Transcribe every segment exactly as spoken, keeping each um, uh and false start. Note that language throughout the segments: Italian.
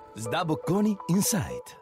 Sdabocconi Insight.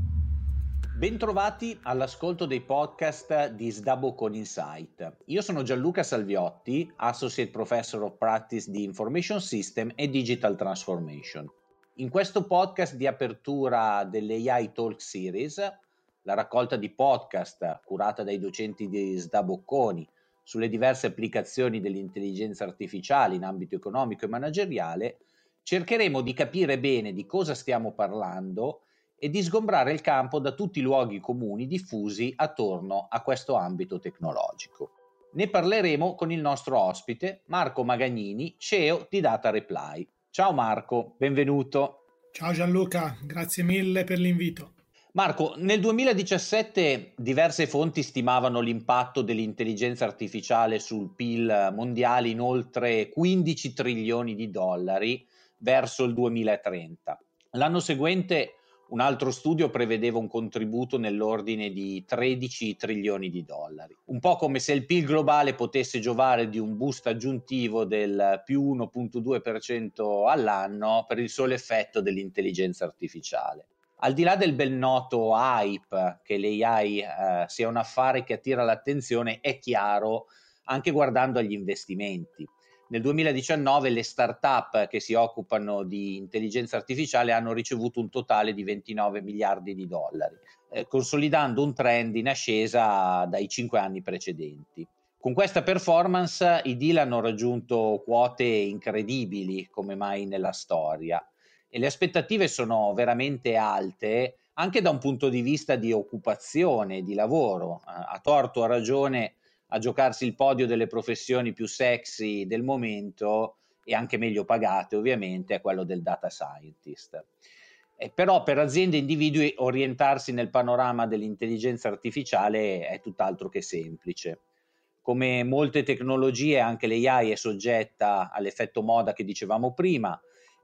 Bentrovati all'ascolto dei podcast di Sdabocconi Insight. Io sono Gianluca Salviotti, Associate Professor of Practice di Information System e Digital Transformation. In questo podcast di apertura dell'A I Talk Series, la raccolta di podcast curata dai docenti di Sdabocconi sulle diverse applicazioni dell'intelligenza artificiale in ambito economico e manageriale, cercheremo di capire bene di cosa stiamo parlando e di sgombrare il campo da tutti i luoghi comuni diffusi attorno a questo ambito tecnologico. Ne parleremo con il nostro ospite Marco Magagnini, C E O di Data Reply. Ciao Marco, benvenuto. Ciao Gianluca, grazie mille per l'invito. Marco, nel duemiladiciassette diverse fonti stimavano l'impatto dell'intelligenza artificiale sul P I L mondiale in oltre quindici trilioni di dollari verso il duemilatrenta. L'anno seguente un altro studio prevedeva un contributo nell'ordine di tredici trilioni di dollari. Un po' come se il P I L globale potesse giovare di un boost aggiuntivo del più uno virgola due per cento all'anno per il solo effetto dell'intelligenza artificiale. Al di là del ben noto hype che l'A I eh, sia un affare che attira l'attenzione, è chiaro anche guardando agli investimenti. Nel duemiladiciannove le start-up che si occupano di intelligenza artificiale hanno ricevuto un totale di ventinove miliardi di dollari, eh, consolidando un trend in ascesa dai cinque anni precedenti. Con questa performance i deal hanno raggiunto quote incredibili come mai nella storia. E le aspettative sono veramente alte anche da un punto di vista di occupazione, di lavoro. A torto o a ragione, a giocarsi il podio delle professioni più sexy del momento e anche meglio pagate ovviamente è quello del data scientist. E però per aziende e individui orientarsi nel panorama dell'intelligenza artificiale è tutt'altro che semplice. Come molte tecnologie anche l'A I è soggetta all'effetto moda che dicevamo prima,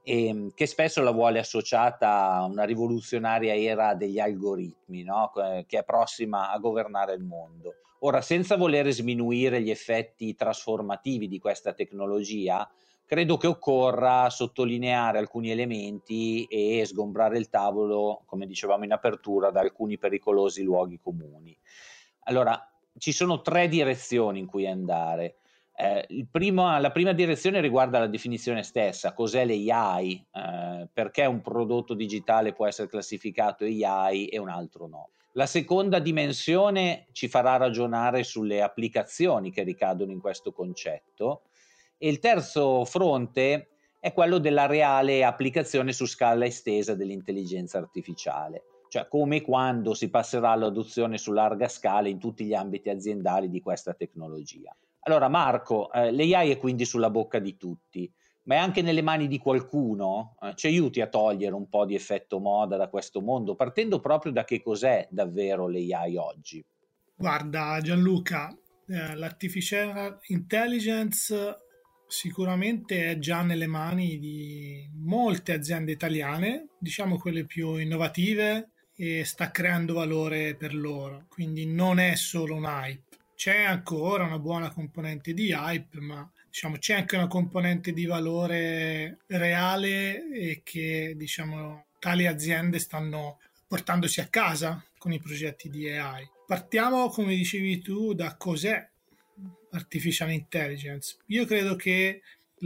e che spesso la vuole associata a una rivoluzionaria era degli algoritmi, no? Che è prossima a governare il mondo. Ora, senza voler sminuire gli effetti trasformativi di questa tecnologia, credo che occorra sottolineare alcuni elementi e sgombrare il tavolo, come dicevamo in apertura, da alcuni pericolosi luoghi comuni. Allora, ci sono tre direzioni in cui andare. Eh, il primo, la prima direzione riguarda la definizione stessa, cos'è l'A I, eh, perché un prodotto digitale può essere classificato A I e un altro no. La seconda dimensione ci farà ragionare sulle applicazioni che ricadono in questo concetto e il terzo fronte è quello della reale applicazione su scala estesa dell'intelligenza artificiale, cioè come e quando si passerà all'adozione su larga scala in tutti gli ambiti aziendali di questa tecnologia. Allora Marco, eh, l'A I è quindi sulla bocca di tutti, ma è anche nelle mani di qualcuno? Eh, ci aiuti a togliere un po' di effetto moda da questo mondo, partendo proprio da che cos'è davvero l'A I oggi? Guarda Gianluca, eh, l'artificial intelligence sicuramente è già nelle mani di molte aziende italiane, diciamo quelle più innovative, e sta creando valore per loro, quindi non è solo un hype. C'è ancora una buona componente di hype, ma diciamo c'è anche una componente di valore reale e che diciamo tali aziende stanno portandosi a casa con i progetti di A I. Partiamo, come dicevi tu, da cos'è artificial intelligence. Io credo che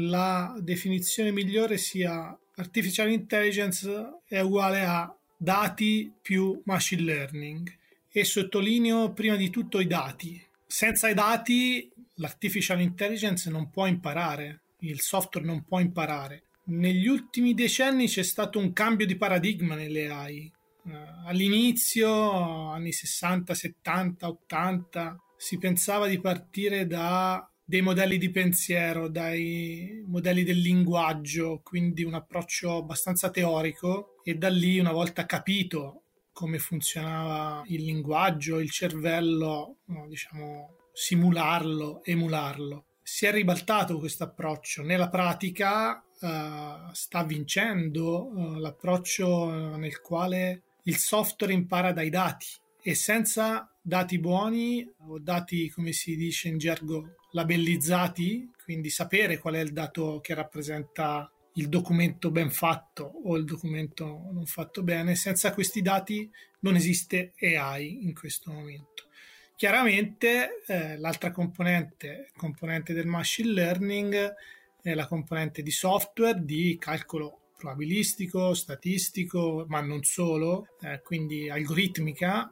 la definizione migliore sia artificial intelligence è uguale a dati più machine learning, e sottolineo prima di tutto i dati. Senza i dati l'artificial intelligence non può imparare, il software non può imparare. Negli ultimi decenni c'è stato un cambio di paradigma nelle A I. Uh, all'inizio, anni sessanta, settanta, ottanta, si pensava di partire da dei modelli di pensiero, dai modelli del linguaggio, quindi un approccio abbastanza teorico, e da lì, una volta capito come funzionava il linguaggio, il cervello, diciamo, simularlo, emularlo. Si è ribaltato questo approccio. Nella pratica uh, sta vincendo uh, l'approccio nel quale il software impara dai dati, e senza dati buoni o dati, come si dice in gergo, labellizzati, quindi sapere qual è il dato che rappresenta il documento ben fatto o il documento non fatto bene. Senza questi dati non esiste A I in questo momento. Chiaramente eh, l'altra componente, componente del machine learning, è la componente di software, di calcolo probabilistico, statistico, ma non solo, eh, quindi algoritmica,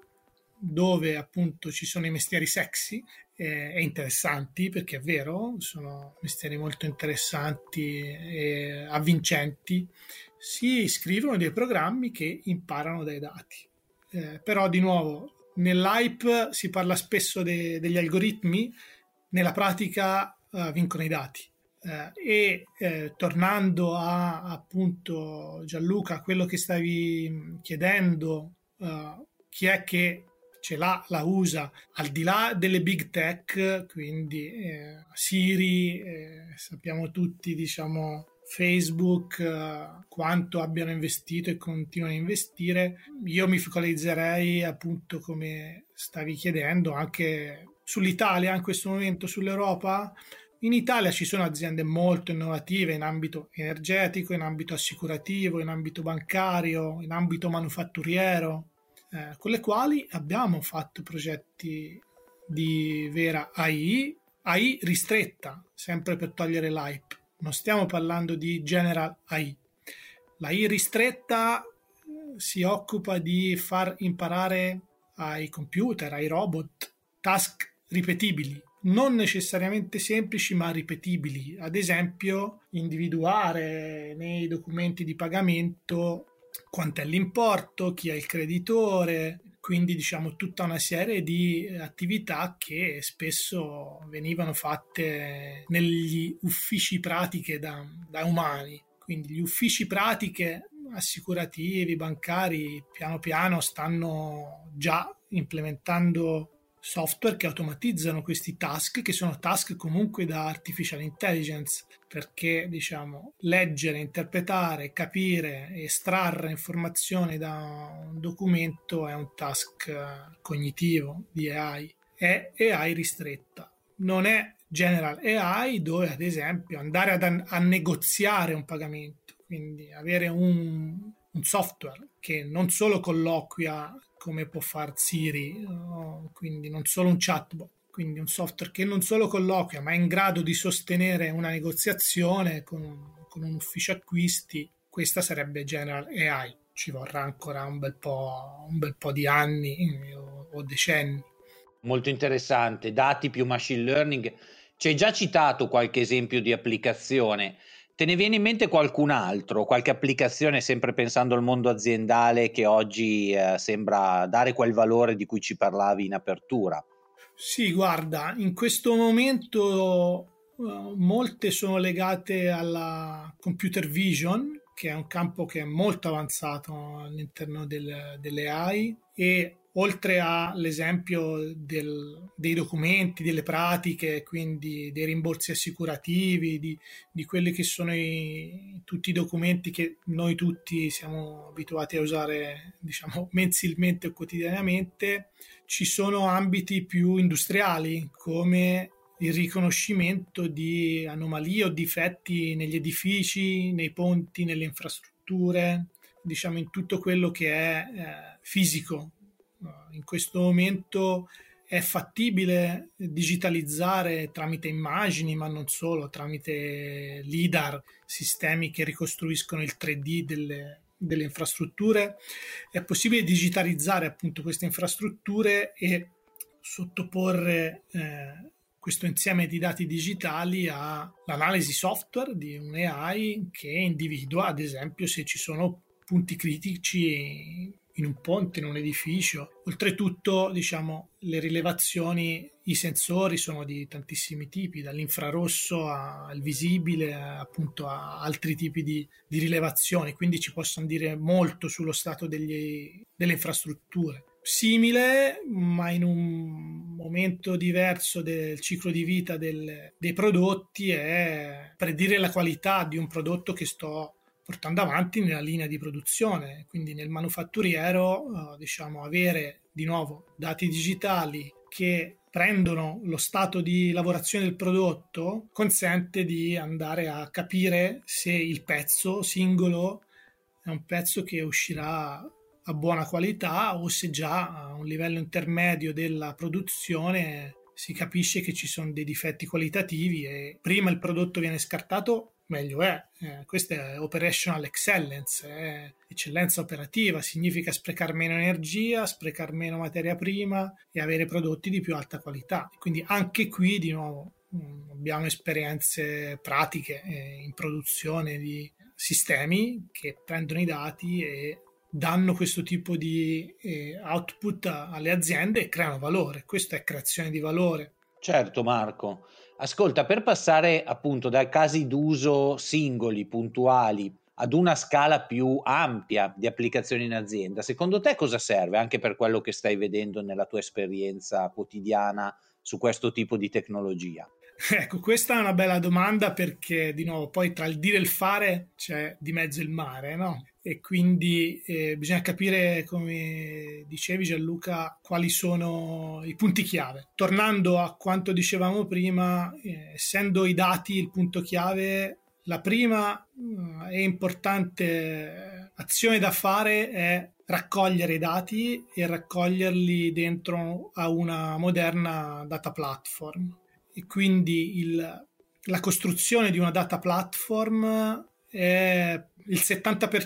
dove appunto ci sono i mestieri sexy eh, e interessanti, perché è vero, sono mestieri molto interessanti e avvincenti. Si scrivono dei programmi che imparano dai dati. Eh, però di nuovo, nell'hype si parla spesso de- degli algoritmi, nella pratica uh, vincono i dati. Uh, e eh, tornando a appunto Gianluca, quello che stavi chiedendo, uh, chi è che ce l'ha, la usa, al di là delle big tech, quindi eh, Siri, eh, sappiamo tutti, diciamo, Facebook, uh, quanto abbiano investito e continuano a investire. Io mi focalizzerei appunto, come stavi chiedendo, anche sull'Italia in questo momento, sull'Europa. In Italia ci sono aziende molto innovative in ambito energetico, in ambito assicurativo, in ambito bancario, in ambito manufatturiero, eh, con le quali abbiamo fatto progetti di vera A I, A I ristretta, sempre per togliere l'hype. Non stiamo parlando di general A I. La I ristretta si occupa di far imparare ai computer, ai robot, task ripetibili, non necessariamente semplici ma ripetibili. Ad esempio, individuare nei documenti di pagamento quant'è l'importo, chi è il creditore, quindi diciamo tutta una serie di attività che spesso venivano fatte negli uffici pratiche da, da umani. Quindi gli uffici pratiche assicurativi, bancari, piano piano stanno già implementando software che automatizzano questi task, che sono task comunque da artificial intelligence, perché diciamo leggere, interpretare, capire, estrarre informazioni da un documento è un task cognitivo di A I. È A I ristretta, non è general A I, dove ad esempio andare ad, a negoziare un pagamento, quindi avere un, un software che non solo colloquia come può far Siri, no? Quindi non solo un chatbot, quindi un software che non solo colloquia ma è in grado di sostenere una negoziazione con, con un ufficio acquisti. Questa sarebbe general A I. Ci vorrà ancora un bel po', un bel po' di anni o, o decenni. Molto interessante, dati più machine learning. Ci hai già citato qualche esempio di applicazione. Te ne viene in mente qualcun altro, qualche applicazione, sempre pensando al mondo aziendale, che oggi eh, sembra dare quel valore di cui ci parlavi in apertura? Sì, guarda, in questo momento uh, molte sono legate alla computer vision, che è un campo che è molto avanzato all'interno del, delle A I, e oltre all'esempio del, dei documenti, delle pratiche, quindi dei rimborsi assicurativi, di, di quelli che sono i, tutti i documenti che noi tutti siamo abituati a usare, diciamo, mensilmente o quotidianamente, ci sono ambiti più industriali, come il riconoscimento di anomalie o difetti negli edifici, nei ponti, nelle infrastrutture, diciamo in tutto quello che è eh, fisico. In questo momento è fattibile digitalizzare tramite immagini, ma non solo, tramite LiDAR, sistemi che ricostruiscono il tre D delle, delle infrastrutture. È possibile digitalizzare appunto queste infrastrutture e sottoporre eh, questo insieme di dati digitali all'analisi software di un A I che individua, ad esempio, se ci sono punti critici in un ponte, in un edificio. Oltretutto, diciamo, le rilevazioni, i sensori sono di tantissimi tipi, dall'infrarosso al visibile, appunto a altri tipi di, di rilevazioni, quindi ci possono dire molto sullo stato degli, delle infrastrutture. Simile, ma in un momento diverso del ciclo di vita del, dei prodotti, è predire la qualità di un prodotto che sto portando avanti nella linea di produzione. Quindi nel manufatturiero, eh, diciamo, avere di nuovo dati digitali che prendono lo stato di lavorazione del prodotto, consente di andare a capire se il pezzo singolo è un pezzo che uscirà a buona qualità o se già a un livello intermedio della produzione si capisce che ci sono dei difetti qualitativi e prima il prodotto viene scartato meglio è. Eh, questa è operational excellence, è eccellenza operativa, significa sprecare meno energia, sprecare meno materia prima e avere prodotti di più alta qualità. Quindi anche qui di nuovo abbiamo esperienze pratiche eh, in produzione di sistemi che prendono i dati e danno questo tipo di eh, output alle aziende e creano valore. Questa è creazione di valore. Certo, Marco. Ascolta, per passare appunto dai casi d'uso singoli, puntuali, ad una scala più ampia di applicazioni in azienda, secondo te cosa serve, anche per quello che stai vedendo nella tua esperienza quotidiana su questo tipo di tecnologia? Ecco, questa è una bella domanda perché, di nuovo, poi tra il dire e il fare c'è di mezzo il mare, no? E quindi eh, bisogna capire, come dicevi Gianluca, quali sono i punti chiave. Tornando a quanto dicevamo prima, eh, essendo i dati il punto chiave, la prima eh, e importante azione da fare è raccogliere i dati e raccoglierli dentro a una moderna data platform. E quindi il, la costruzione di una data platform è il settanta per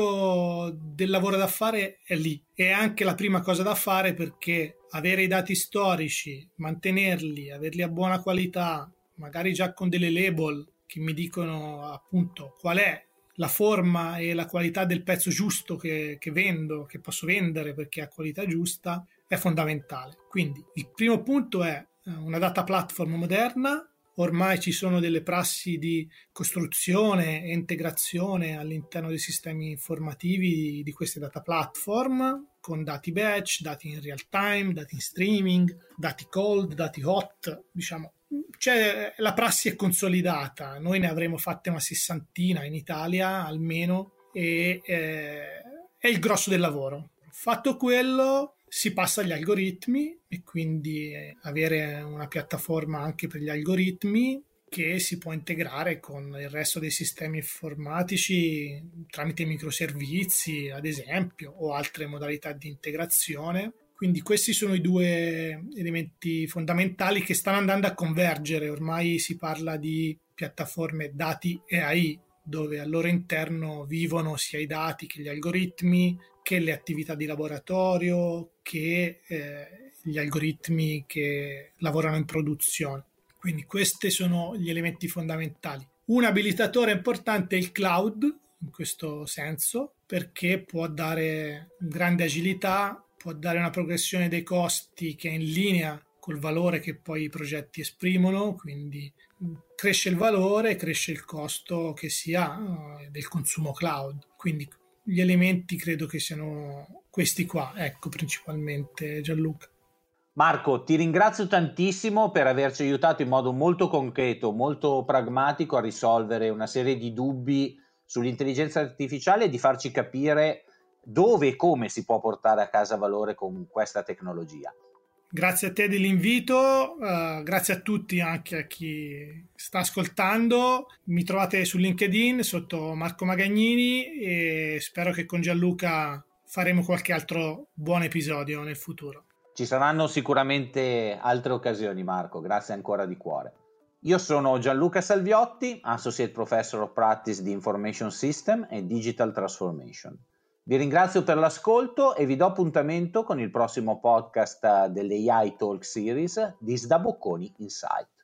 cento del lavoro da fare è lì. È anche la prima cosa da fare perché avere i dati storici, mantenerli, averli a buona qualità, magari già con delle label che mi dicono appunto qual è la forma e la qualità del pezzo giusto che, che vendo, che posso vendere perché ha qualità giusta, è fondamentale. Quindi il primo punto è una data platform moderna. Ormai ci sono delle prassi di costruzione e integrazione all'interno dei sistemi informativi di queste data platform con dati batch, dati in real time, dati in streaming, dati cold, dati hot, diciamo. C'è, la prassi è consolidata, noi ne avremo fatte una sessantina in Italia almeno e eh, è il grosso del lavoro. Fatto quello, si passa agli algoritmi e quindi avere una piattaforma anche per gli algoritmi che si può integrare con il resto dei sistemi informatici tramite microservizi, ad esempio, o altre modalità di integrazione. Quindi questi sono i due elementi fondamentali che stanno andando a convergere. Ormai si parla di piattaforme dati e A I, dove al loro interno vivono sia i dati che gli algoritmi, che le attività di laboratorio, che eh, gli algoritmi che lavorano in produzione. Quindi questi sono gli elementi fondamentali. Un abilitatore importante è il cloud, in questo senso, perché può dare grande agilità, può dare una progressione dei costi che è in linea col valore che poi i progetti esprimono, quindi cresce il valore, cresce il costo che si ha del consumo cloud. Quindi gli elementi credo che siano questi qua, ecco, principalmente Gianluca. Marco, ti ringrazio tantissimo per averci aiutato in modo molto concreto, molto pragmatico a risolvere una serie di dubbi sull'intelligenza artificiale e di farci capire dove e come si può portare a casa valore con questa tecnologia. Grazie a te dell'invito, uh, grazie a tutti, anche a chi sta ascoltando. Mi trovate su LinkedIn sotto Marco Magagnini e spero che con Gianluca faremo qualche altro buon episodio nel futuro. Ci saranno sicuramente altre occasioni, Marco, grazie ancora di cuore. Io sono Gianluca Salviotti, Associate Professor of Practice di Information System e Digital Transformation. Vi ringrazio per l'ascolto e vi do appuntamento con il prossimo podcast delle A I Talk Series di Sda Bocconi Insight.